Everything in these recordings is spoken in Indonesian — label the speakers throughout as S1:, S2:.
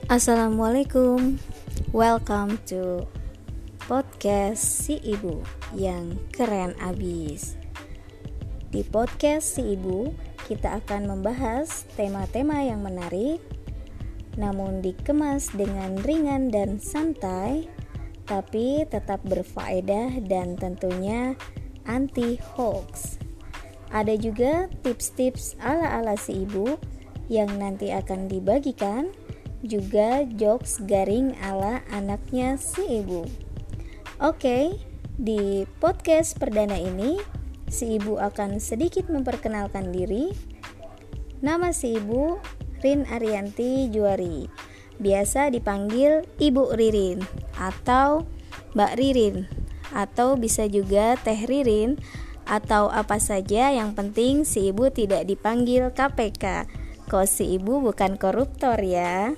S1: Assalamualaikum, welcome to podcast si ibu yang keren abis. Di podcast si ibu kita akan membahas tema-tema yang menarik, namun dikemas dengan ringan dan santai, tapi tetap berfaedah dan tentunya anti hoax. Ada juga tips-tips ala-ala si ibu yang nanti akan dibagikan, juga jokes garing ala anaknya si ibu. Oke, di podcast perdana ini si ibu akan sedikit memperkenalkan diri. Nama si ibu Rin Arianti Juari, biasa dipanggil Ibu Ririn atau Mbak Ririn, atau bisa juga Teh Ririn, atau apa saja, yang penting si ibu tidak dipanggil KPK. Kok si ibu bukan koruptor ya.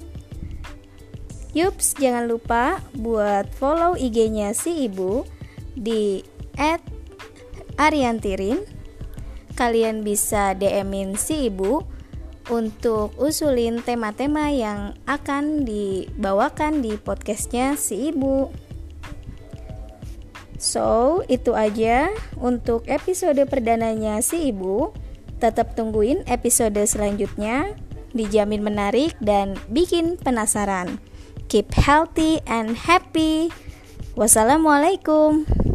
S1: Yups, jangan lupa buat follow IG-nya si ibu di @ariantirin. Kalian bisa DM-in si ibu untuk usulin tema-tema yang akan dibawakan di podcastnya si ibu. So, itu aja untuk episode perdananya si ibu. Tetap tungguin episode selanjutnya, dijamin menarik dan bikin penasaran. Keep healthy and happy. Wassalamualaikum.